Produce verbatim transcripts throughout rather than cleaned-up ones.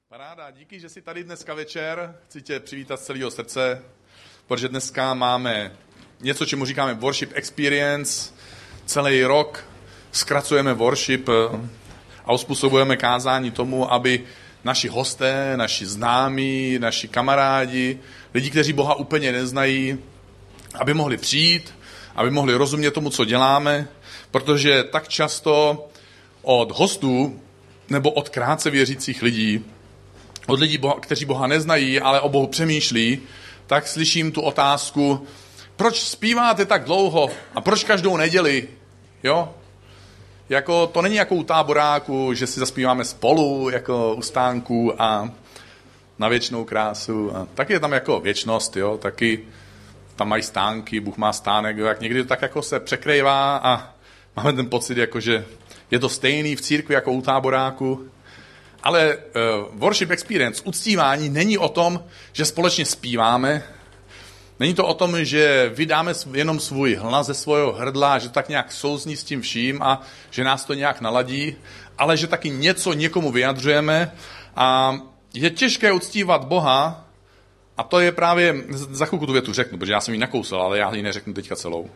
Paráda, díky, že jsi tady dneska večer. Chci tě přivítat z celého srdce, protože dneska máme něco, čemu říkáme worship experience. Celý rok zkracujeme worship a uspůsobujeme kázání tomu, aby naši hosté, naši známí, naši kamarádi, lidi, kteří Boha úplně neznají, aby mohli přijít, aby mohli rozumět tomu, co děláme, protože tak často od hostů nebo od krátce věřících lidí, od lidí, kteří Boha neznají, ale o Bohu přemýšlí, tak slyším tu otázku, proč zpíváte tak dlouho a proč každou neděli? Jo? Jako, to není jako u táboráku, že si zaspíváme spolu, jako u stánku a na věčnou krásu. A taky je tam jako věčnost, jo? Taky tam mají stánky, Bůh má stánek, jo? Jak někdy to tak jako se překrývá a máme ten pocit, jako, že je to stejný v církvi jako u táboráku. Ale uh, worship experience, uctívání, není o tom, že společně zpíváme, není to o tom, že vydáme jenom svůj hlas ze svého hrdla, že tak nějak souzní s tím vším a že nás to nějak naladí, ale že taky něco někomu vyjadřujeme a je těžké uctívat Boha a to je právě, za chvilku tu větu řeknu, protože já jsem ji nakousal, ale já ji neřeknu teďka celou.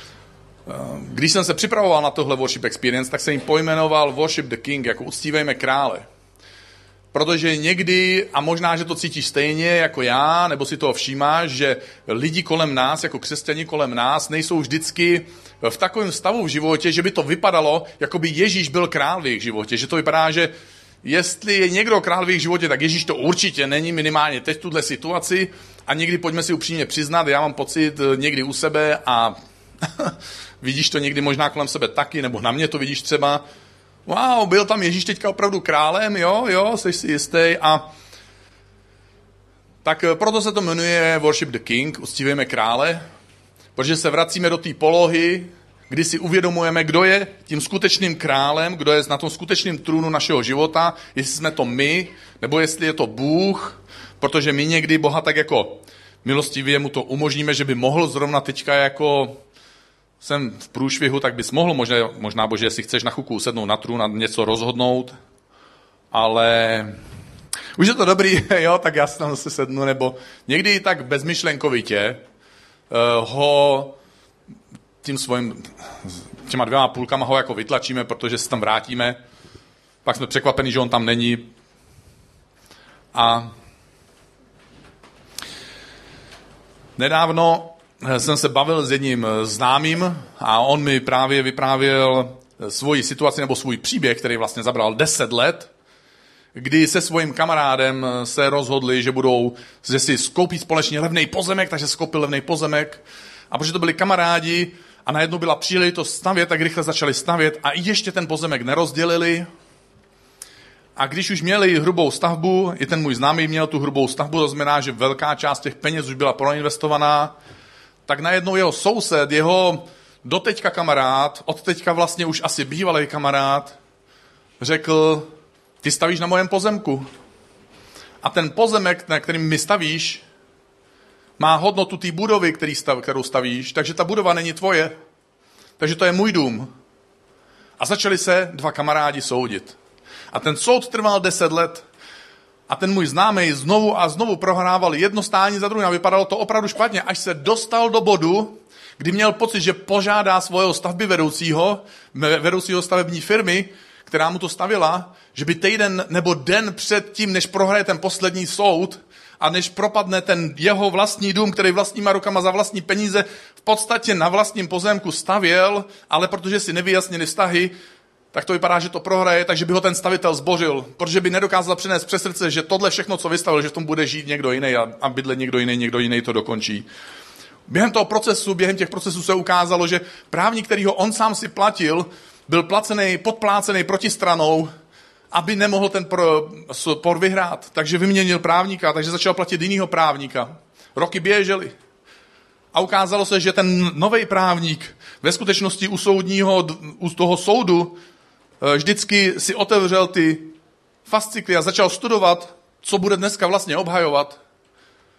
Když jsem se připravoval na tohle worship experience, tak jsem jim pojmenoval Worship the King, jako uctívejme krále. Protože někdy, a možná, že to cítíš stejně jako já, nebo si toho všímáš, že lidi kolem nás, jako křesťani kolem nás, nejsou vždycky v takovém stavu v životě, že by to vypadalo, jako by Ježíš byl král v jejich životě. Že to vypadá, že jestli je někdo král v jejich životě, tak Ježíš to určitě není, minimálně teď v tuhle situaci. A někdy pojďme si upřímně přiznat, já mám pocit někdy u sebe a vidíš to někdy možná kolem sebe taky, nebo na mě to vidíš třeba. Wow, byl tam Ježíš teďka opravdu králem, jo, jo, jsi si jistý. A tak proto se to jmenuje Worship the King, uctívejme krále, protože se vracíme do té polohy, kdy si uvědomujeme, kdo je tím skutečným králem, kdo je na tom skutečným trůnu našeho života, jestli jsme to my, nebo jestli je to Bůh, protože my někdy Boha tak jako milostivě mu to umožníme, že by mohl zrovna teďka jako jsem v průšvihu, tak bys mohl, možná, možná Bože, jestli chceš na chvilku sednout na trůn a něco rozhodnout, ale už je to dobrý, jo, tak já si tam zase sednu, nebo někdy tak bezmyšlenkovitě uh, ho tím svým, těma dvěma půlkama ho jako vytlačíme, protože se tam vrátíme, pak jsme překvapeni, že on tam není a nedávno jsem se bavil s jedním známým a on mi právě vyprávěl svoji situaci nebo svůj příběh, který vlastně zabral deset let, kdy se svým kamarádem se rozhodli, že budou, že si skoupí společně levný pozemek, takže skoupil levný pozemek a protože to byli kamarádi a najednou byla příležitost stavět, tak rychle začali stavět a ještě ten pozemek nerozdělili. A když už měli hrubou stavbu, i ten můj známý měl tu hrubou stavbu, to znamená, že velká část těch peněz už byla proinvestovaná, tak najednou jeho soused, jeho doteďka kamarád, od teďka vlastně už asi bývalý kamarád, řekl, ty stavíš na mém pozemku. A ten pozemek, na kterým mi stavíš, má hodnotu té budovy, který stav, kterou stavíš, takže ta budova není tvoje. Takže to je můj dům. A začali se dva kamarádi soudit. A ten soud trval deset let. A ten můj známý znovu a znovu prohrával jedno stání za druhým a vypadalo to opravdu špatně, až se dostal do bodu, kdy měl pocit, že požádá svého stavby vedoucího, vedoucího stavební firmy, která mu to stavila, že by týden nebo den před tím, než prohraje ten poslední soud a než propadne ten jeho vlastní dům, který vlastníma rukama za vlastní peníze v podstatě na vlastním pozemku stavěl, ale protože si nevyjasnili vztahy, tak to vypadá, že to prohraje, takže by ho ten stavitel zbořil, protože by nedokázal přinést přes srdce, že tohle všechno, co vystavil, že v tom bude žít někdo jiný a, a bydlet někdo jiný, někdo jiný to dokončí. Během toho procesu, během těch procesů se ukázalo, že právník, kterýho on sám si platil, byl placený, podplácený protistranou, aby nemohl ten spor vyhrát. Takže vyměnil právníka, takže začal platit jinýho právníka. Roky běžely. A ukázalo se, že ten nový právník ve skutečnosti u soudního, u toho soudu vždycky si otevřel ty fascikly a začal studovat, co bude dneska vlastně obhajovat.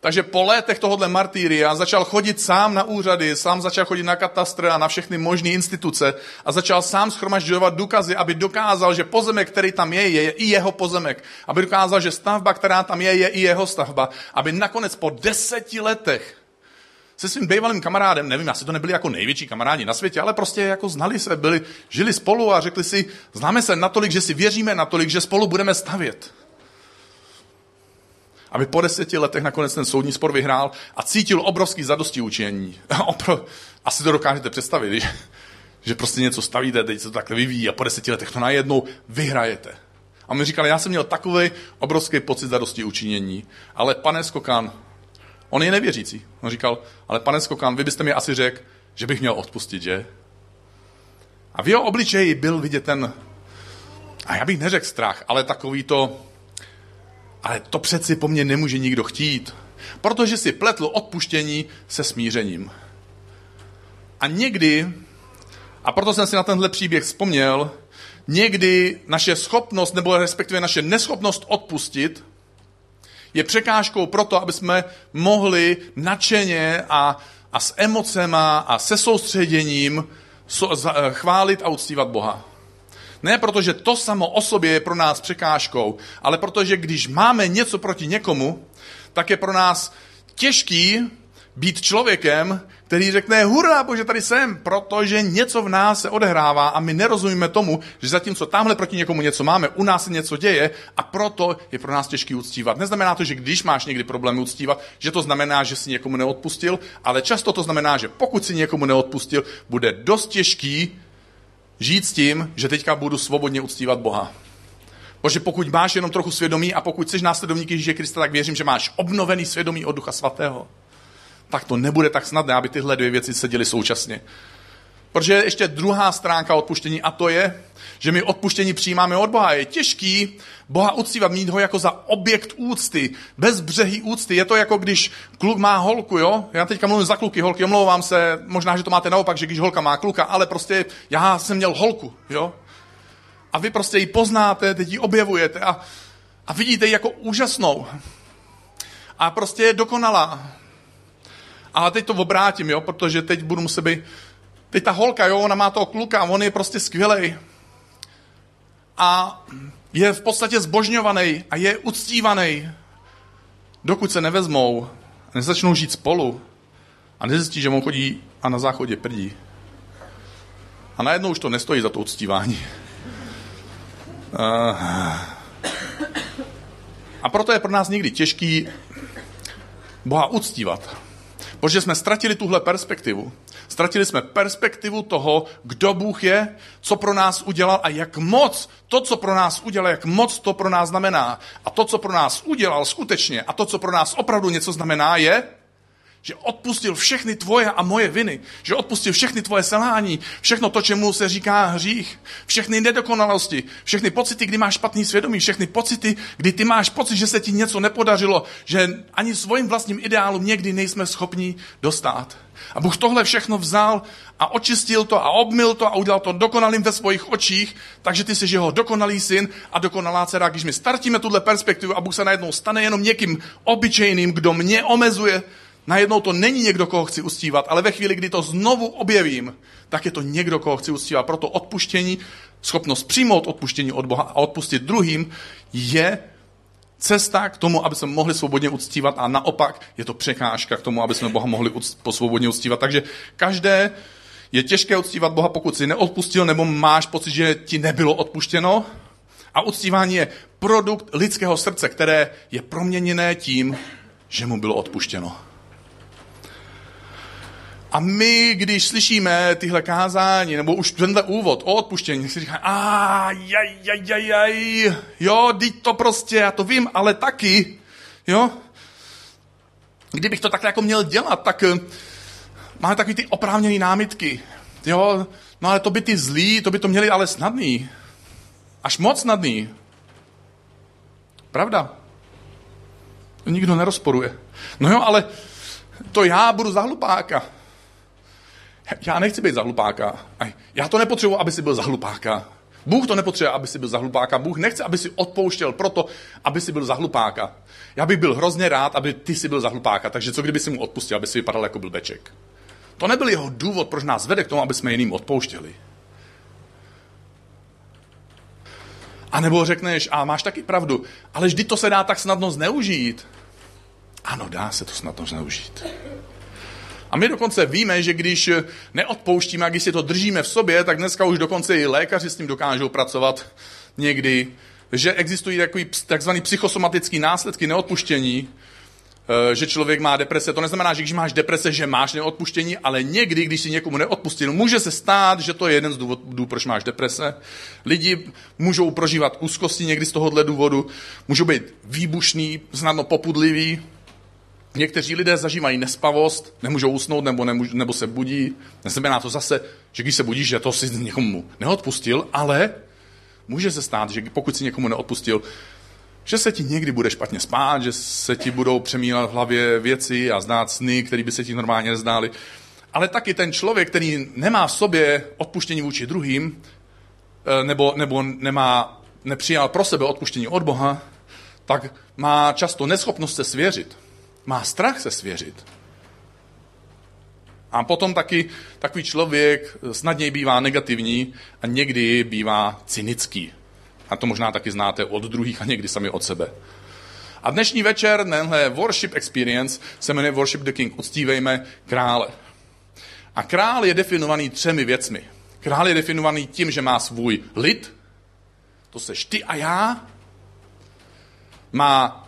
Takže po létech tohohle martýria začal chodit sám na úřady, sám začal chodit na katastr a na všechny možné instituce a začal sám shromažďovat důkazy, aby dokázal, že pozemek, který tam je, je i jeho pozemek. Aby dokázal, že stavba, která tam je, je i jeho stavba. Aby nakonec po deseti letech se svým bývalým kamarádem, nevím, asi to nebyli jako největší kamarádi na světě, ale prostě jako znali se, byli, žili spolu a řekli si, známe se natolik, že si věříme natolik, že spolu budeme stavět. Aby po deseti letech nakonec ten soudní spor vyhrál a cítil obrovský zadostiučinění. Asi to dokážete představit, že, že prostě něco stavíte, teď se to takhle vyvíjí a po deseti letech to najednou vyhrajete. A mi říkali, já jsem měl takový obrovský pocit zadostiučinění, ale pane Skokan, on je nevěřící. On říkal, ale pane Skokan, vy byste mi asi řekl, že bych měl odpustit, že? A v jeho obličeji byl vidět ten, a já bych neřekl strach, ale takový to, ale to přeci po mně nemůže nikdo chtít, protože si pletl odpuštění se smířením. A někdy, a proto jsem si na tenhle příběh vzpomněl, někdy naše schopnost, nebo respektive naše neschopnost odpustit, je překážkou pro to, aby jsme mohli nadšeně a, a s emocema a se soustředěním so, chválit a uctívat Boha. Ne protože to samo o sobě je pro nás překážkou, ale protože když máme něco proti někomu, tak je pro nás těžký být člověkem, který řekne, hurá, Bože, tady jsem, protože něco v nás se odehrává a my nerozumíme tomu, že zatímco tamhle proti někomu něco máme, u nás se něco děje a proto je pro nás těžký uctívat. Neznamená to, že když máš někdy problém uctívat, že to znamená, že si někomu neodpustil, ale často to znamená, že pokud si někomu neodpustil, bude dost těžký žít s tím, že teďka budu svobodně uctívat Boha. Protože pokud máš jenom trochu svědomí a pokud jsi následovník Ježíše Krista, tak věřím, že máš obnovený svědomí od Ducha Svatého. Tak to nebude tak snadné, aby tyhle dvě věci seděly současně. Protože je ještě druhá stránka odpuštění a to je, že my odpuštění přijímáme od Boha. Je těžký Boha uctívat, mít ho jako za objekt úcty, bezbřehý úcty. Je to jako když kluk má holku, jo? Já teďka mluvím za kluky, holky, omlouvám se, možná, že to máte naopak, že když holka má kluka, ale prostě já jsem měl holku, jo? A vy prostě ji poznáte, teď ji objevujete a, a vidíte ji jako úžasnou. A prostě je dokonalá. Ale teď to obrátím, jo, protože teď budu muset být, teď ta holka, jo, ona má toho kluka, on je prostě skvělej. A je v podstatě zbožňovaný a je uctívaný, dokud se nevezmou, nezačnou žít spolu a nezjistí, že on chodí a na záchodě prdí. A najednou už to nestojí za to uctívání. A proto je pro nás někdy těžký Boha uctívat. Protože jsme ztratili tuhle perspektivu. Ztratili jsme perspektivu toho, kdo Bůh je, co pro nás udělal a jak moc to, co pro nás udělal, jak moc to pro nás znamená. A to, co pro nás udělal skutečně a to, co pro nás opravdu něco znamená, je, že odpustil všechny tvoje a moje viny, že odpustil všechny tvoje selhání, všechno to, čemu se říká hřích, všechny nedokonalosti, všechny pocity, kdy máš špatný svědomí, všechny pocity, kdy ty máš pocit, že se ti něco nepodařilo, že ani svým vlastním ideálům někdy nejsme schopni dostat. A Bůh tohle všechno vzal a očistil to a obmyl to a udělal to dokonalým ve svých očích, takže ty jsi jeho dokonalý syn a dokonalá dcera. Když my startíme tuhle perspektivu a Bůh se najednou stane jenom někým obyčejným, kdo mě omezuje, najednou to není někdo, koho chci uctívat, ale ve chvíli, kdy to znovu objevím, tak je to někdo, koho chci uctívat. Proto odpuštění, schopnost přijmout odpuštění od Boha a odpustit druhým je cesta k tomu, aby jsme mohli svobodně uctívat a naopak je to překážka k tomu, aby jsme Boha mohli svobodně uctívat. Takže každé je těžké uctívat Boha, pokud si neodpustil nebo máš pocit, že ti nebylo odpuštěno. A uctívání je produkt lidského srdce, které je proměněné tím, že mu bylo odpuštěno. A my, když slyšíme tyhle kázání, nebo už tenhle úvod o odpuštění, si říkáme, a jaj, jaj, jaj, jaj, jo, teď to prostě, já to vím, ale taky, jo. Kdybych to takhle jako měl dělat, tak máme takový ty oprávněný námitky, jo, no ale to by ty zlí, to by to měli ale snadný, až moc snadný. Pravda. To nikdo nerozporuje. No jo, ale to já budu za hlupáka. Já nechci být za hlupáka. Já to nepotřebuji, aby si byl za hlupáka. Bůh to nepotřebuje, aby si byl za hlupáka. Bůh nechce, aby si odpouštěl proto, aby si byl za hlupáka. Já bych byl hrozně rád, aby ty si byl za hlupáka, takže co kdyby si mu odpustil, aby si vypadal jako blbeček. To nebyl jeho důvod, proč nás vede k tomu, aby jsme jiným odpouštěli. A nebo řekneš, a máš taky pravdu, ale vždyť to se dá tak snadno zneužít. Ano, dá se to snadno zneužít. A my dokonce víme, že když neodpouštíme a když si to držíme v sobě, tak dneska už dokonce i lékaři s tím dokážou pracovat někdy, že existují takový takzvaný psychosomatický následky neodpuštění, že člověk má deprese. To neznamená, že když máš deprese, že máš neodpuštění, ale někdy, když si někomu neodpustil, může se stát, že to je jeden z důvodů, proč máš deprese. Lidi můžou prožívat úzkosti někdy z tohohle důvodu, můžou být výbušný, snadno popudliví. Někteří lidé zažívají nespavost, nemůžou usnout nebo, nemůžou, nebo se budí. Neznamená to zase, že když se budíš, že to si někomu neodpustil, ale může se stát, že pokud si někomu neodpustil, že se ti někdy bude špatně spát, že se ti budou přemílat v hlavě věci a zdát sny, které by se ti normálně nezdály. Ale taky ten člověk, který nemá v sobě odpuštění vůči druhým, nebo, nebo nemá, nepřijal pro sebe odpuštění od Boha, tak má často neschopnost se svěřit. Má strach se svěřit. A potom taky takový člověk snadněji bývá negativní a někdy bývá cynický. A to možná taky znáte od druhých a někdy sami od sebe. A dnešní večer, tenhle worship experience, se jmenuje Worship the King. Uctívejme krále. A král je definovaný třemi věcmi. Král je definovaný tím, že má svůj lid, to seš ty a já, má,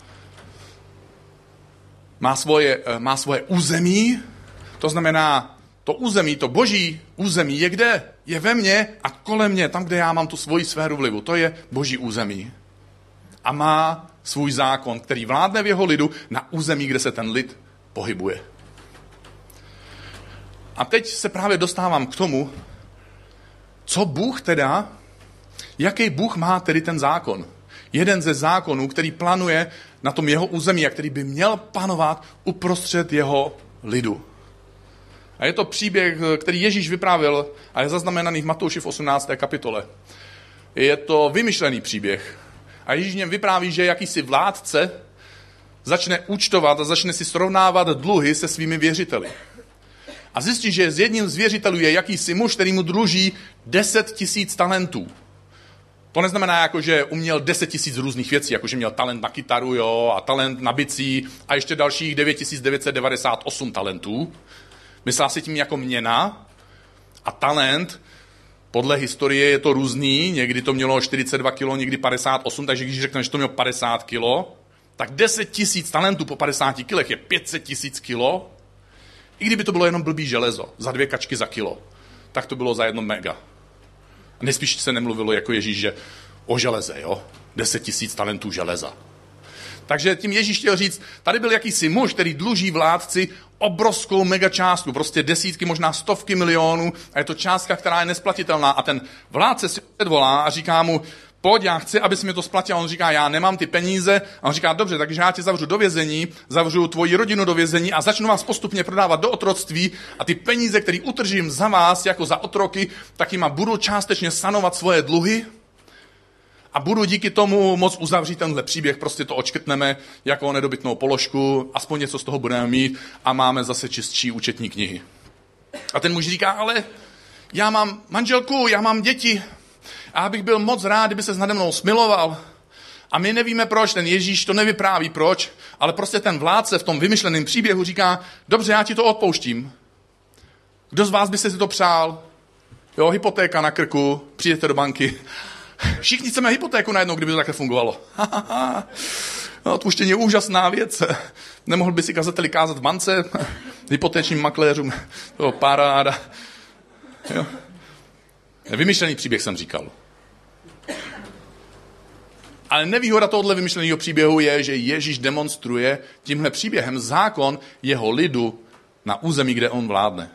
má, svoje, má svoje území, to znamená, to území, to boží území je kde? Je ve mně a kolem mě, tam, kde já mám tu svoji sféru vlivu. To je boží území. A má svůj zákon, který vládne v jeho lidu na území, kde se ten lid pohybuje. A teď se právě dostávám k tomu, co Bůh teda, jaký Bůh má tedy ten zákon. Jeden ze zákonů, který plánuje na tom jeho území a který by měl panovat uprostřed jeho lidu. A je to příběh, který Ježíš vyprávěl a je zaznamenaný v Matouši v osmnácté kapitole. Je to vymyšlený příběh. A Ježíš v něm vypráví, že jakýsi vládce začne účtovat a začne si srovnávat dluhy se svými věřiteli. A zjistí, že z jedním z věřitelů je jakýsi muž, který mu dluží deset tisíc talentů. To neznamená, jako, že uměl deset tisíc různých věcí, jako že měl talent na kytaru, jo, a talent na bicí a ještě dalších devět tisíc devět set devadesát osm talentů. Myslel si tím jako měna a talent, podle historie je to různý, někdy to mělo čtyřicet dva kilo, někdy padesát osm, takže když řekneme, že to mělo padesát kilo, tak deset tisíc talentů po padesáti kilech je pět set tisíc kilo, i kdyby to bylo jenom blbý železo, za dvě kačky za kilo, tak to bylo za jedno mega. A nejspíš se nemluvilo jako Ježíš, že o železe, jo, deset tisíc talentů železa. Takže tím Ježíš chtěl říct, tady byl jakýsi muž, který dluží vládci obrovskou mega částku, prostě desítky, možná stovky milionů a je to částka, která je nesplatitelná a ten vládce si odvolá a říká mu, pojď, já chci, aby si mi to splatil. A on říká, já nemám ty peníze. A on říká, dobře, takže já tě zavřu do vězení, zavřu tvoji rodinu do vězení a začnu vás postupně prodávat do otroctví a ty peníze, které utržím za vás jako za otroky, tak jima budu částečně sanovat svoje dluhy a budu díky tomu moc uzavřít tenhle příběh, prostě to odškrtneme jako nedobytnou položku, aspoň něco z toho budeme mít a máme zase čistší účetní knihy. A ten muž říká, ale já mám manželku, já mám děti a já bych byl moc rád, kdyby se nade mnou smiloval. A my nevíme proč, ten Ježíš to nevypráví proč, ale prostě ten vládce v tom vymyšleném příběhu říká, dobře, já ti to odpouštím. Kdo z vás by se si to přál? Jo, hypotéka na krku, přijdete do banky. Všichni chceme hypotéku najednou, kdyby to takhle fungovalo. No, odpuštění je úžasná věc. Nemohl by si kazateli kázat v bance, hypotečním makléřům. To paráda. Jo. Vymyšlený příběh jsem říkal. Ale nevýhoda tohohle vymyšleného příběhu je, že Ježíš demonstruje tímhle příběhem zákon jeho lidu na území, kde on vládne.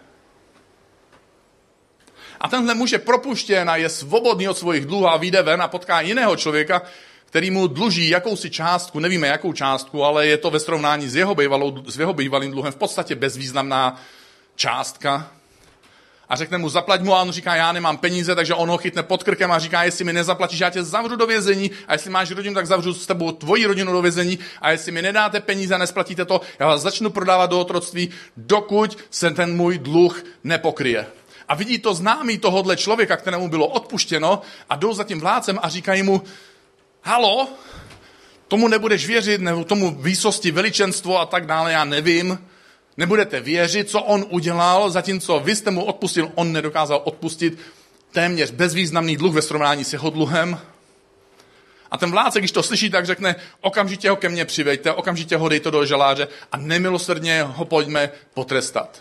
A tenhle muž je propuštěn a je svobodný od svých dluhů a vyjde ven a potká jiného člověka, který mu dluží jakousi částku, nevíme jakou částku, ale je to ve srovnání s jeho, bývalou, s jeho bývalým dluhem v podstatě bezvýznamná částka. a řekne mu zaplať mu a on říká, já nemám peníze, takže on ho chytne pod krkem a říká, jestli mi nezaplatíš, já tě zavřu do vězení a jestli máš rodinu, tak zavřu s tebou tvoji rodinu do vězení a jestli mi nedáte peníze a nesplatíte to, já vás začnu prodávat do otroctví, dokud se ten můj dluh nepokryje. A vidí to známý tohodle člověka, kterému bylo odpuštěno a jdou za tím vládcem a říkají mu, halo, tomu nebudeš věřit, nebo tomu výsosti, veličenstvo a tak dále, já nevím. Nebudete věřit, co on udělal, zatímco vy jste mu odpustil, on nedokázal odpustit téměř bezvýznamný dluh ve srovnání s jeho dluhem. A ten vládce, když to slyší, tak řekne, okamžitě ho ke mně přiveďte, okamžitě ho dejte do žaláře a nemilosrdně ho pojďme potrestat.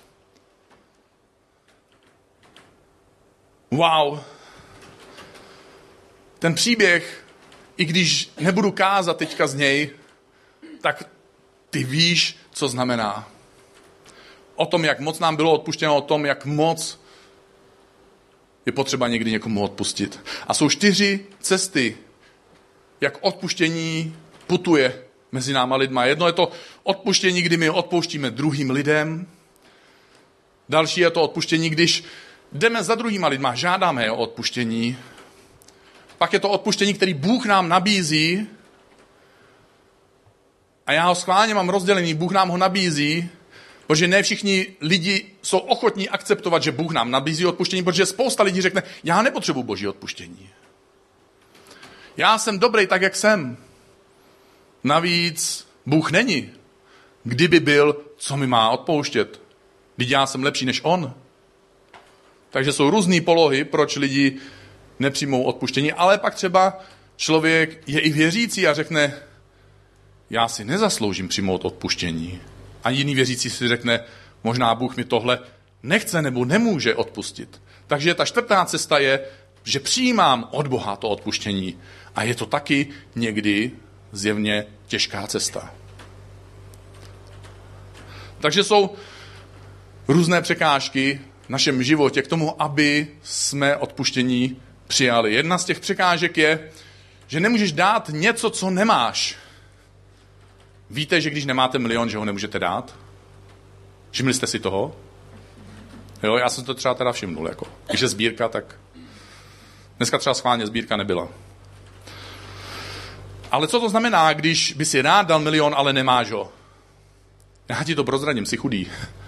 Wow. Ten příběh, i když nebudu kázat teďka z něj, tak ty víš, co znamená. O tom, jak moc nám bylo odpuštěno, o tom, jak moc je potřeba někdy někomu odpustit. A jsou čtyři cesty, jak odpuštění putuje mezi náma lidma. Jedno je to odpuštění, kdy my odpouštíme druhým lidem. Další je to odpuštění, když jdeme za druhýma lidma, žádáme je o odpuštění. Pak je to odpuštění, který Bůh nám nabízí. A já ho schválně mám rozdělený, Bůh nám ho nabízí, protože ne všichni lidi jsou ochotní akceptovat, že Bůh nám nabízí odpuštění, protože spousta lidí řekne, já nepotřebuji Boží odpuštění. Já jsem dobrý tak, jak jsem. Navíc Bůh není. Kdyby byl, co mi má odpouštět? Vždyť já jsem lepší než on. Takže jsou různé polohy, proč lidi nepřijmou odpuštění, ale pak třeba člověk je i věřící a řekne, já si nezasloužím přijmout odpuštění. A jiný věřící si řekne, možná Bůh mi tohle nechce nebo nemůže odpustit. Takže ta čtvrtá cesta je, že přijímám od Boha to odpuštění. A je to taky někdy zjevně těžká cesta. Takže jsou různé překážky v našem životě k tomu, aby jsme odpuštění přijali. Jedna z těch překážek je, že nemůžeš dát něco, co nemáš. Víte, že když nemáte milion, že ho nemůžete dát? Všimli jste si toho? Jo, já jsem to třeba teda všimnul. Jako. Když je sbírka, tak... Dneska třeba schválně sbírka nebyla. Ale co to znamená, když by si rád dal milion, ale nemáš ho? Já ti to prozradím, jsi chudý.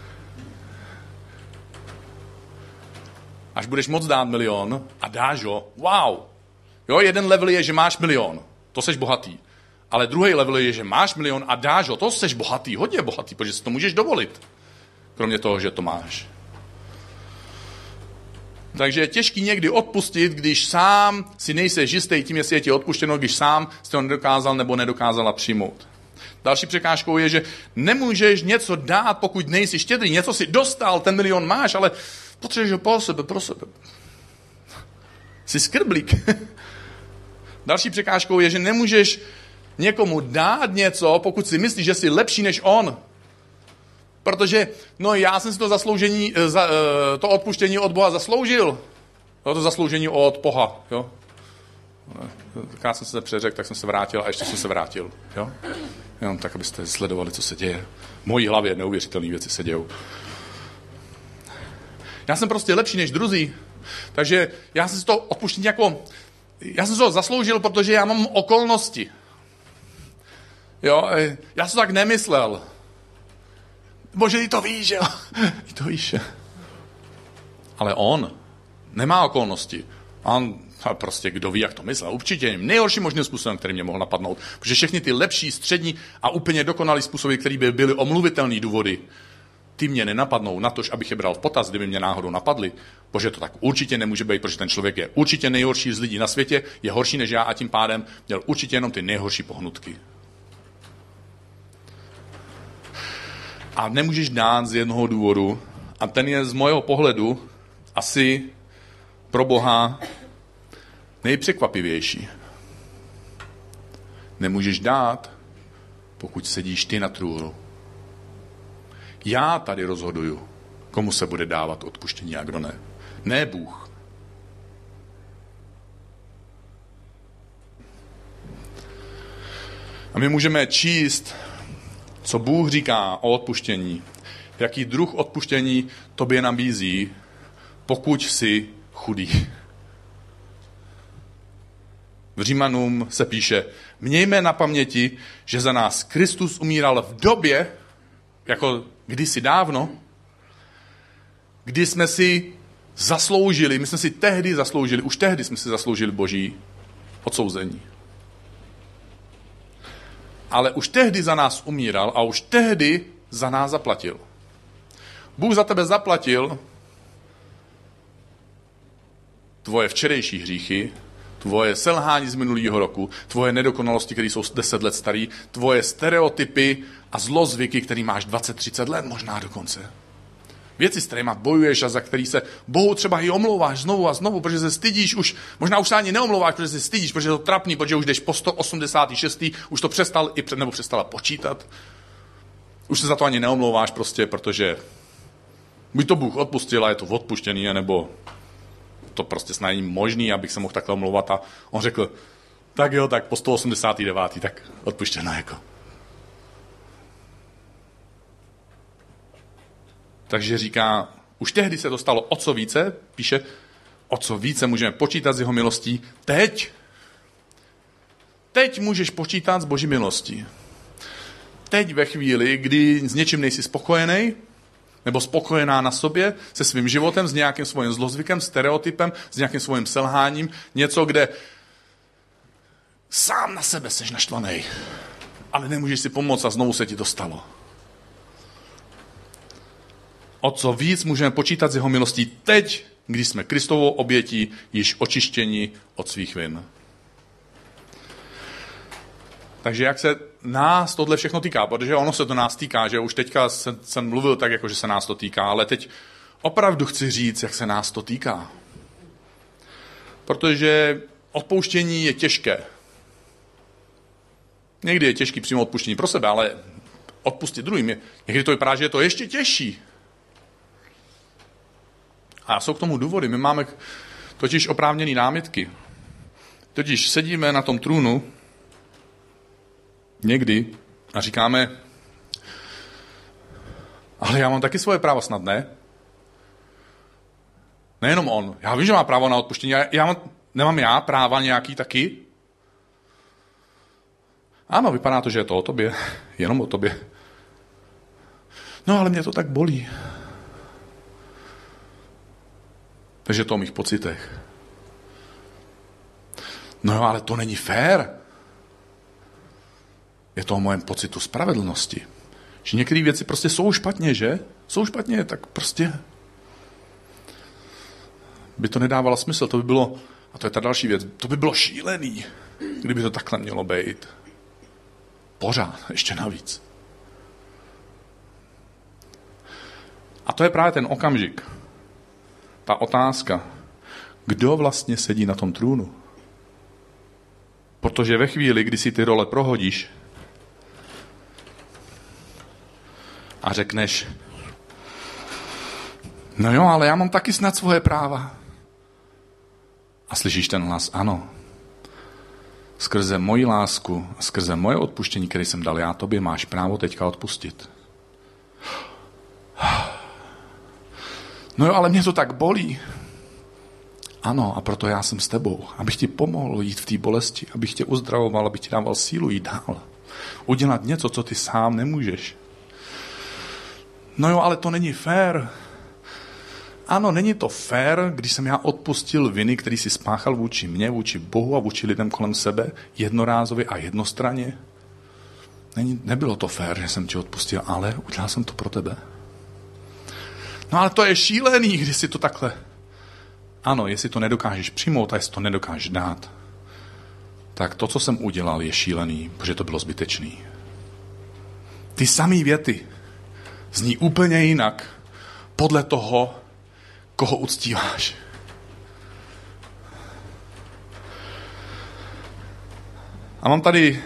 Až budeš moc dát milion a dáš ho, wow. Jo, jeden level je, že máš milion. To seš bohatý. Ale druhý level je, že máš milion a dáš ho. To seš bohatý, hodně bohatý, protože si to můžeš dovolit. Kromě toho, že to máš. Takže je těžký někdy odpustit, když sám si nejseš jistý tím, jestli je ti odpuštěno, když sám jsi to nedokázal nebo nedokázala přijmout. Další překážkou je, že nemůžeš něco dát, pokud nejsi štědrý. Něco si dostal, ten milion máš, ale potřebuješ ho pro sebe, pro sebe. Jsi skrblík. Další překážkou je, že nemůžeš někomu dát něco, pokud si myslíš, že jsi lepší než on. Protože, no já jsem si to zasloužení, za, to odpuštění od Boha zasloužil. To zasloužení od Boha, jo. Tak já jsem se přeřekl, tak jsem se vrátil a ještě jsem se vrátil, jo. Jenom tak, abyste sledovali, co se děje. V mojí hlavě neuvěřitelné věci se dějou. Já jsem prostě lepší než druzí. Takže já jsem si to odpuštění jako... Já jsem si to zasloužil, protože já mám okolnosti. Jo, já jsem to tak nemyslel. Bože, ty to víš, jo? Ty to víš. Ale on nemá okolnosti. On prostě, kdo ví, jak to myslel. Určitě nejhorším možným způsobem, který mě mohl napadnout. Protože všechny ty lepší, střední a úplně dokonalý způsoby, které by byly omluvitelné důvody, ty mě nenapadnou na to, abych je bral v potaz, kdyby mě náhodou napadly. Bože, to tak určitě nemůže být, protože ten člověk je určitě nejhorší z lidí na světě, je horší než já a tím pádem měl určitě jenom ty nejhorší pohnutky. A nemůžeš dát z jednoho důvodu, a ten je z mého pohledu asi pro Boha nejpřekvapivější. Nemůžeš dát, pokud sedíš ty na trůnu. Já tady rozhoduju, komu se bude dávat odpuštění a kdo ne. Ne Bůh. A my můžeme číst, co Bůh říká o odpuštění, jaký druh odpuštění tobě nabízí pokud jsi chudý. V Římanům se píše, mějme na paměti, že za nás Kristus umíral v době, jako kdysi dávno, kdy jsme si zasloužili, my jsme si tehdy zasloužili, už tehdy jsme si zasloužili Boží odsouzení. Ale už tehdy za nás umíral a už tehdy za nás zaplatil. Bůh za tebe zaplatil tvoje včerejší hříchy, tvoje selhání z minulého roku, tvoje nedokonalosti, které jsou deset let starý, tvoje stereotypy a zlozvyky, který máš dvacet třicet let, možná dokonce. Věci, s kterýma bojuješ a za který se Bohu třeba i omlouváš znovu a znovu, protože se stydíš už, možná už se ani neomlouváš, protože se stydíš, protože je to trapný, protože už jdeš po sto osmdesát šest, už to přestal i před, nebo přestala počítat. Už se za to ani neomlouváš prostě, protože buď to Bůh odpustil a je to odpuštěný, nebo to prostě snad není možný, abych se mohl takhle omlouvat. A on řekl, tak jo, tak po sto osmdesát devět, tak odpuštěno jako. Takže říká, už tehdy se to stalo o co více, píše, o co více můžeme počítat s jeho milostí. Teď, teď můžeš počítat s Boží milostí. Teď ve chvíli, kdy s něčím nejsi spokojený, nebo spokojená na sobě, se svým životem, s nějakým svým zlozvykem, stereotypem, s nějakým svým selháním, něco, kde sám na sebe seš naštvaný, ale nemůžeš si pomoct a znovu se ti to stalo. O co víc můžeme počítat s jeho milostí teď, když jsme Kristovou obětí již očištěni od svých vin. Takže jak se nás tohle všechno týká, protože ono se to nás týká, že už teďka jsem, jsem mluvil tak, jako že se nás to týká, ale teď opravdu chci říct, jak se nás to týká. Protože odpouštění je těžké. Někdy je těžký přímo odpuštění pro sebe, ale odpustit druhým je, někdy to vypadá, že je to ještě těžší. A jsou k tomu důvody. My máme totiž oprávněný námitky. Totiž sedíme na tom trůnu někdy a říkáme, ale já mám taky svoje právo, snad ne? Nejenom on. Já vím, že má právo na odpuštění. Já, já mám, nemám já práva nějaký taky? Ano, vypadá to, že je to o tobě. Jenom o tobě. No, ale mě to tak bolí. Takže to o mých pocitech. No jo, ale to není fér. Je to o mém pocitu spravedlnosti. Že některé věci prostě jsou špatně, že? Jsou špatně, tak prostě by to nedávalo smysl. To by bylo, a to je ta další věc, to by bylo šílený, kdyby to takhle mělo být. Pořád, ještě navíc. A to je právě ten okamžik. Ta otázka, kdo vlastně sedí na tom trůnu? Protože ve chvíli, kdy si ty role prohodíš a řekneš, no jo, ale já mám taky snad svoje práva. A slyšíš ten hlas, ano. Skrze moji lásku, skrze moje odpuštění, které jsem dal já tobě, máš právo teďka odpustit. No jo, ale mě to tak bolí. Ano, a proto já jsem s tebou, abych ti pomohl jít v té bolesti, abych tě uzdravoval, abych ti dával sílu jít dál. Udělat něco, co ty sám nemůžeš. No jo, ale to není fér. Ano, není to fér, když jsem já odpustil viny, který si spáchal vůči mně, vůči Bohu a vůči lidem kolem sebe, jednorázově a jednostranně. Není, nebylo to fér, že jsem ti odpustil, ale udělal jsem to pro tebe. No ale to je šílený, když si to takhle... Ano, jestli to nedokážeš přijmout a jestli to nedokážeš dát, tak to, co jsem udělal, je šílený, protože to bylo zbytečný. Ty samý věty zní úplně jinak podle toho, koho uctíváš. A mám tady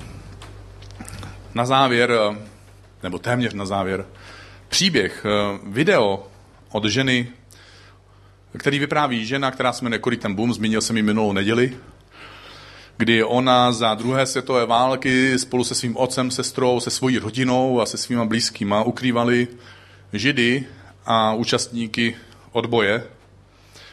na závěr, nebo téměř na závěr, příběh, video od ženy, který vypráví žena, která se jmenuje Corrie ten Boom, zmínil jsem ji minulou neděli, kdy ona za druhé světové války spolu se svým otcem, sestrou, se svojí rodinou a se svýma blízkýma ukrývali Židy a účastníky odboje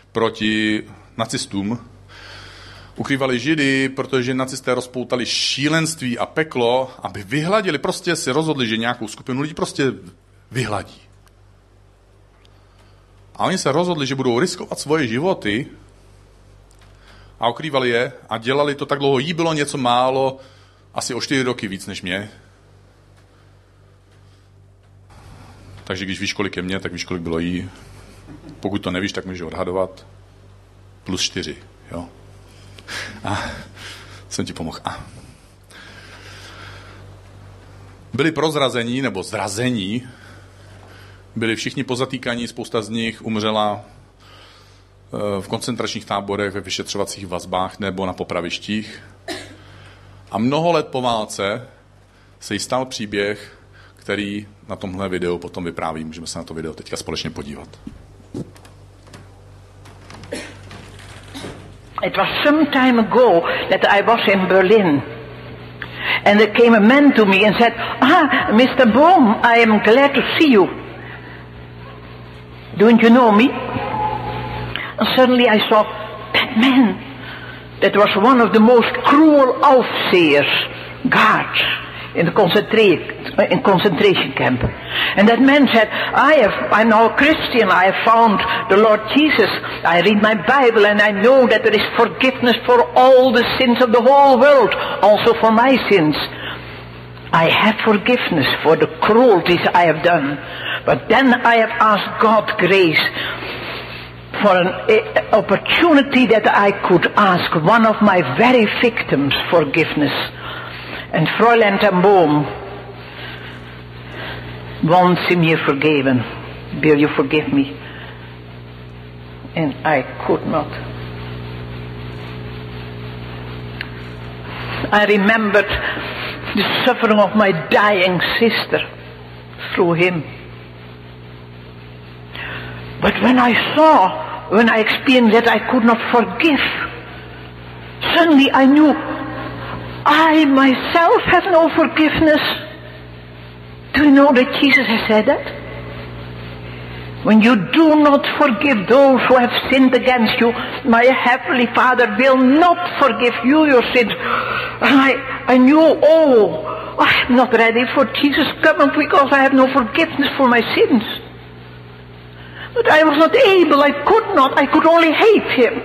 proti nacistům. Ukrývali Židy, protože nacisté rozpoutali šílenství a peklo, aby vyhladili, prostě si rozhodli, že nějakou skupinu lidí prostě vyhladí. A oni se rozhodli, že budou riskovat svoje životy a ukrývali je a dělali to tak dlouho. Jí bylo něco málo, asi o čtyři roky víc než mě. Takže když víš, kolik je mě, tak víš, kolik bylo jí. Pokud to nevíš, tak můžeš odhadovat. Plus čtyři, jo. A jsem ti pomohl. A. Byli prozrazení, nebo zrazení, byli všichni pozatýkaní, spousta z nich umřela v koncentračních táborech, ve vyšetřovacích vazbách nebo na popravištích. A mnoho let po válce se jí stal příběh, který na tomhle videu potom vypráví. Můžeme se na to video teďka společně podívat. It was some time ago that I was in Berlin. And there came a man to me and said, "Ah, Mister Bohm, I am glad to see you. Don't you know me?" And suddenly I saw that man. That was one of the most cruel overseers, guards, in the concentration, in concentration camp. And that man said, I have, I'm now a Christian, I have found the Lord Jesus. I read my Bible and I know that there is forgiveness for all the sins of the whole world, also for my sins. I have forgiveness for the cruelties I have done. But then I have asked God grace for an uh, opportunity that I could ask one of my very victims forgiveness. And Fräulein ten Boom wants him here forgiven. Will you forgive me? And I could not. I remembered the suffering of my dying sister through him. But when I saw, when I experienced that I could not forgive, suddenly I knew I myself have no forgiveness. Do you know that Jesus has said that? When you do not forgive those who have sinned against you, my heavenly Father will not forgive you your sins. And I, I knew, oh, I'm not ready for Jesus coming because I have no forgiveness for my sins. But I was not able, I could not, I could only hate him.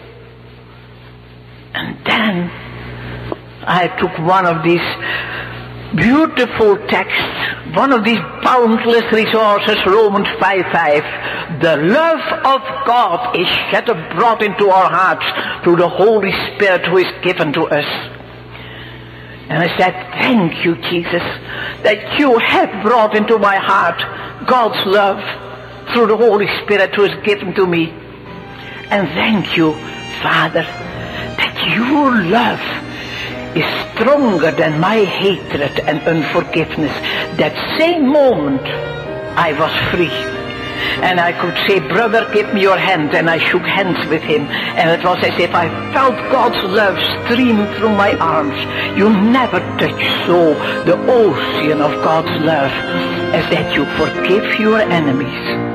And then I took one of these beautiful texts, one of these boundless resources, Romans five five. The love of God is shed abroad into our hearts through the Holy Spirit who is given to us. And I said, thank you, Jesus, that you have brought into my heart God's love through the Holy Spirit who is given to me. And thank you, Father, that your love is stronger than my hatred and unforgiveness. That same moment I was free. And I could say, brother, give me your hand. And I shook hands with him. And it was as if I felt God's love stream through my arms. You never touch so the ocean of God's love as that you forgive your enemies.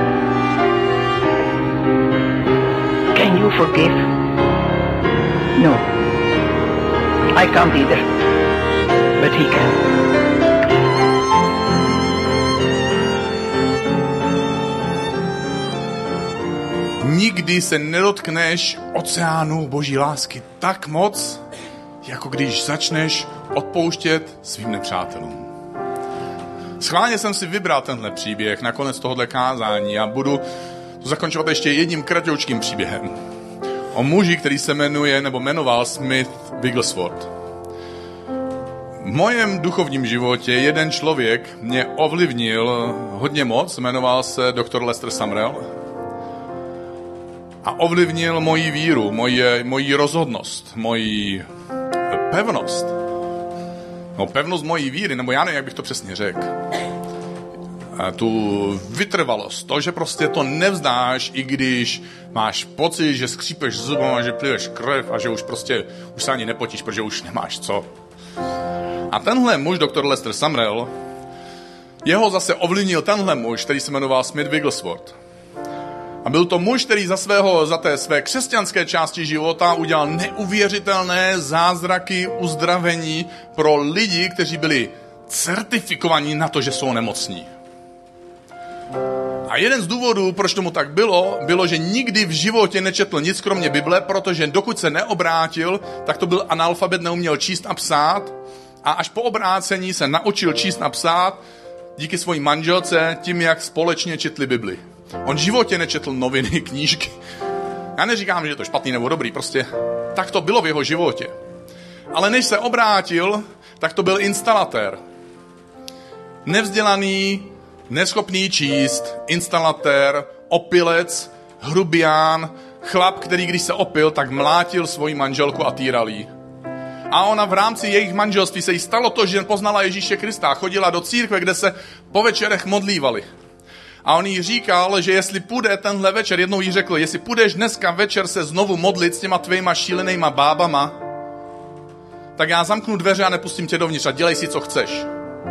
Can you forgive? No. I can't either. But he can. Nikdy se nedotkneš oceánu Boží lásky tak moc, jako když začneš odpouštět svým nepřátelům. Schválně jsem si vybral tenhle příběh na konec tohohle kázání a budu to zakončovat ještě jedním kratoučkým příběhem. O muži, který se jmenuje, nebo jmenoval Smith Wigglesworth. V mojem duchovním životě jeden člověk mě ovlivnil hodně moc, jmenoval se doktor Lester Sumrall. A ovlivnil moji víru, moje, moji rozhodnost, moji pevnost. No, pevnost mojí víry, nebo já nevím, jak bych to přesně řekl. A tu vytrvalost, to, že prostě to nevzdáš, i když máš pocit, že skřípeš zubama, že pliveš krev a že už prostě už se ani nepotíš, protože už nemáš co. A tenhle muž, doktor Lester Sumrall, jeho zase ovlivnil tenhle muž, který se jmenoval Smith Wigglesworth. A byl to muž, který za, svého, za té své křesťanské části života udělal neuvěřitelné zázraky uzdravení pro lidi, kteří byli certifikovaní na to, že jsou nemocní. A jeden z důvodů, proč tomu tak bylo, bylo, že nikdy v životě nečetl nic kromě Bible, protože dokud se neobrátil, tak to byl analfabet, neuměl číst a psát. A až po obrácení se naučil číst a psát díky svojí manželce tím, jak společně četli Bibli. On v životě nečetl noviny, knížky. Já neříkám, že je to špatný nebo dobrý, prostě tak to bylo v jeho životě. Ale než se obrátil, tak to byl instalatér. Nevzdělaný, neschopný číst, instalatér, opilec, hrubián, chlap, který když se opil, tak mlátil svoji manželku a týral jí. A ona v rámci jejich manželství se jí stalo to, že poznala Ježíše Krista, chodila do církve, kde se po večerech modlívali. A on jí říkal, že jestli půjde tenhle večer, jednou jí řekl, jestli půjdeš dneska večer se znovu modlit s těma tvýma šílenýma bábama, tak já zamknu dveře a nepustím tě dovnitř a dělej si, co chceš.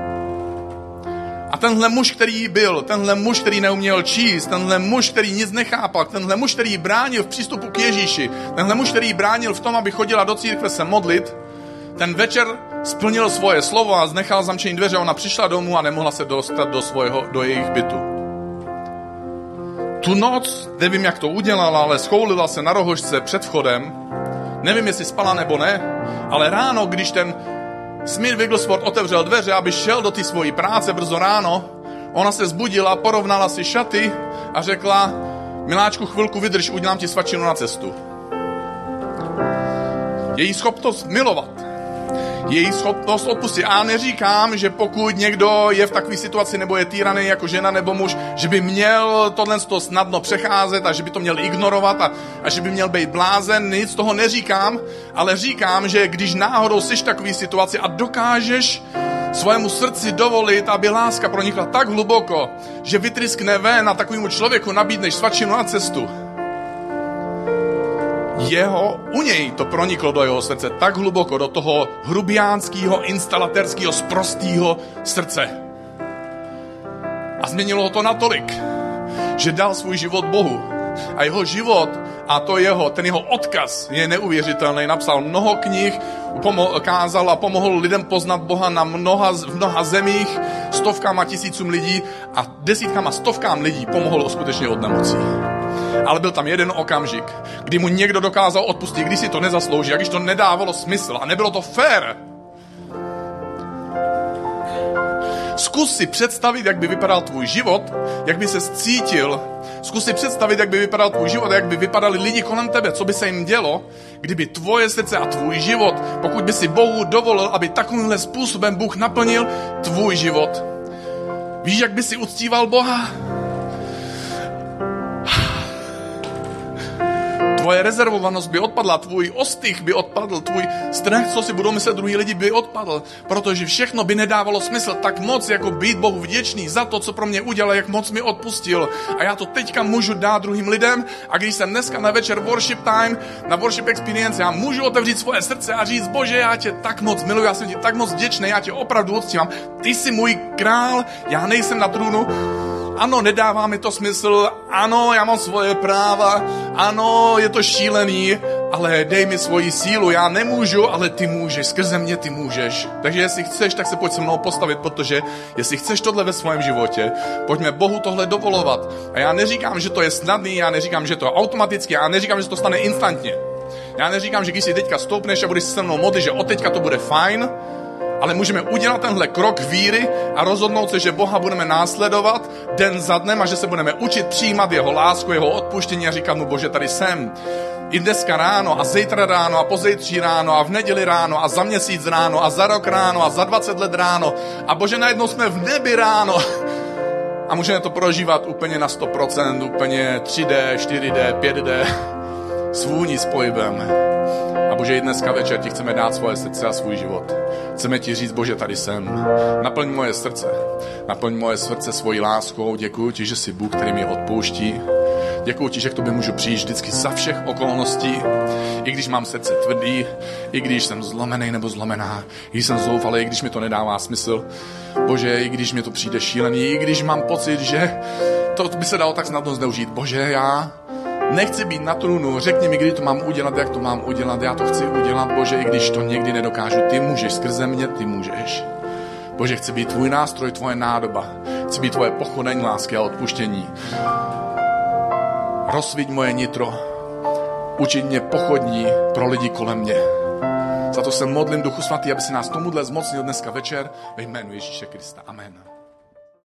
A tenhle muž, který byl, tenhle muž, který neuměl číst, tenhle muž, který nic nechápal, tenhle muž, který bránil v přístupu k Ježíši, tenhle muž, který bránil v tom, aby chodila do církve se modlit, ten večer splnil svoje slovo a znechal zamčený dveře. Ona přišla domů a nemohla se dostat do, svojho, do jejich bytu. Tu noc, nevím, jak to udělala, ale schoulila se na rohožce před vchodem. Nevím, jestli spala nebo ne, ale ráno, když ten Smith Wigglesworth otevřel dveře, aby šel do té svojí práce brzo ráno, ona se zbudila, porovnala si šaty a řekla, miláčku, chvilku vydrž, udělám ti svačinu na cestu. Její schopnost milovat, její schopnost odpustit. A neříkám, že pokud někdo je v takové situaci nebo je týraný jako žena nebo muž, že by měl tohle snadno přecházet a že by to měl ignorovat a, a že by měl být blázen, nic toho neříkám, ale říkám, že když náhodou jsi v takové situaci a dokážeš svému srdci dovolit, aby láska pronikla tak hluboko, že vytryskne ven a takovému člověku nabídneš svačinu na cestu, jeho, u něj to proniklo do jeho srdce tak hluboko, do toho hrubiánského, instalatérského, sprostého srdce. A změnilo ho to natolik, že dal svůj život Bohu. A jeho život a to jeho, ten jeho odkaz je neuvěřitelný. Napsal mnoho knih, pomo- kázal a pomohl lidem poznat Boha na mnoha, v mnoha zemích, stovkám a tisícům lidí a desítkám a stovkám lidí pomohl skutečně od nemocí. Ale byl tam jeden okamžik, kdy mu někdo dokázal odpustit, když si to nezaslouží, a když to nedávalo smysl a nebylo to fér. Zkus si představit, jak by vypadal tvůj život, jak by se cítil. Zkus si představit, jak by vypadal tvůj život, jak by vypadali lidi kolem tebe, co by se jim dělo, kdyby tvoje srdce a tvůj život, pokud by si Bohu dovolil, aby takovýmhle způsobem Bůh naplnil tvůj život. Víš, jak by si uctíval Boha? Tvoje rezervovanost by odpadla, tvůj ostych by odpadl, tvůj strach, co si budou myslet druhý lidi, by odpadl, protože všechno by nedávalo smysl tak moc, jako být Bohu vděčný za to, co pro mě udělal, jak moc mi odpustil. A já to teďka můžu dát druhým lidem a když jsem dneska na večer worship time, na worship experience, já můžu otevřít svoje srdce a říct, Bože, já tě tak moc miluji, já jsem ti tak moc vděčný, já tě opravdu uctívám. Ty jsi můj král, já nejsem na trůnu. Ano, nedává mi to smysl, ano, já mám svoje práva, ano, je to šílený, ale dej mi svoji sílu, já nemůžu, ale ty můžeš, skrze mě ty můžeš. Takže jestli chceš, tak se pojď se mnou postavit, protože jestli chceš tohle ve svém životě, pojďme Bohu tohle dovolovat. A já neříkám, že to je snadný, já neříkám, že to je automaticky, já neříkám, že to stane instantně. Já neříkám, že když si teďka stoupneš a budeš se mnou modlit, že od teďka to bude fajn, ale můžeme udělat tenhle krok víry a rozhodnout se, že Boha budeme následovat den za dnem a že se budeme učit přijímat jeho lásku, jeho odpuštění a říkat mu, Bože, tady jsem. I dneska ráno a zítra ráno a pozítří ráno a v neděli ráno a za měsíc ráno a za rok ráno a za dvacet let ráno. A Bože, najednou jsme v nebi ráno. A můžeme to prožívat úplně na sto procent, úplně tři dé, čtyři dé, pět dé. Svůní s pohybem. A Bože, i dneska večer ti chceme dát svoje srdce a svůj život. Chceme ti říct, Bože, tady jsem. Naplň moje srdce. Naplň moje srdce svojí láskou. Děkuji ti, že jsi Bůh, který mi odpouští. Děkuji ti, že k tobě můžu přijít vždycky za všech okolností, i když mám srdce tvrdý, i když jsem zlomený nebo zlomená, i když jsem zoufalý, i když mi to nedává smysl. Bože, i když mi to přijde šílený, i když mám pocit, že to by se dalo tak snadno zneužít. Bože, já nechci být na trůnu, řekni mi, kdy to mám udělat, jak to mám udělat, já to chci udělat, Bože, i když to někdy nedokážu, ty můžeš, skrze mě ty můžeš. Bože, chci být tvůj nástroj, tvoje nádoba, chci být tvoje pochodeň lásky a odpuštění. Rozsvíť moje nitro, učit mě pochodní pro lidi kolem mě. Za to se modlím, Duchu Svatý, aby si nás tomuhle zmocnil dneska večer ve jménu Ježíše Krista. Amen.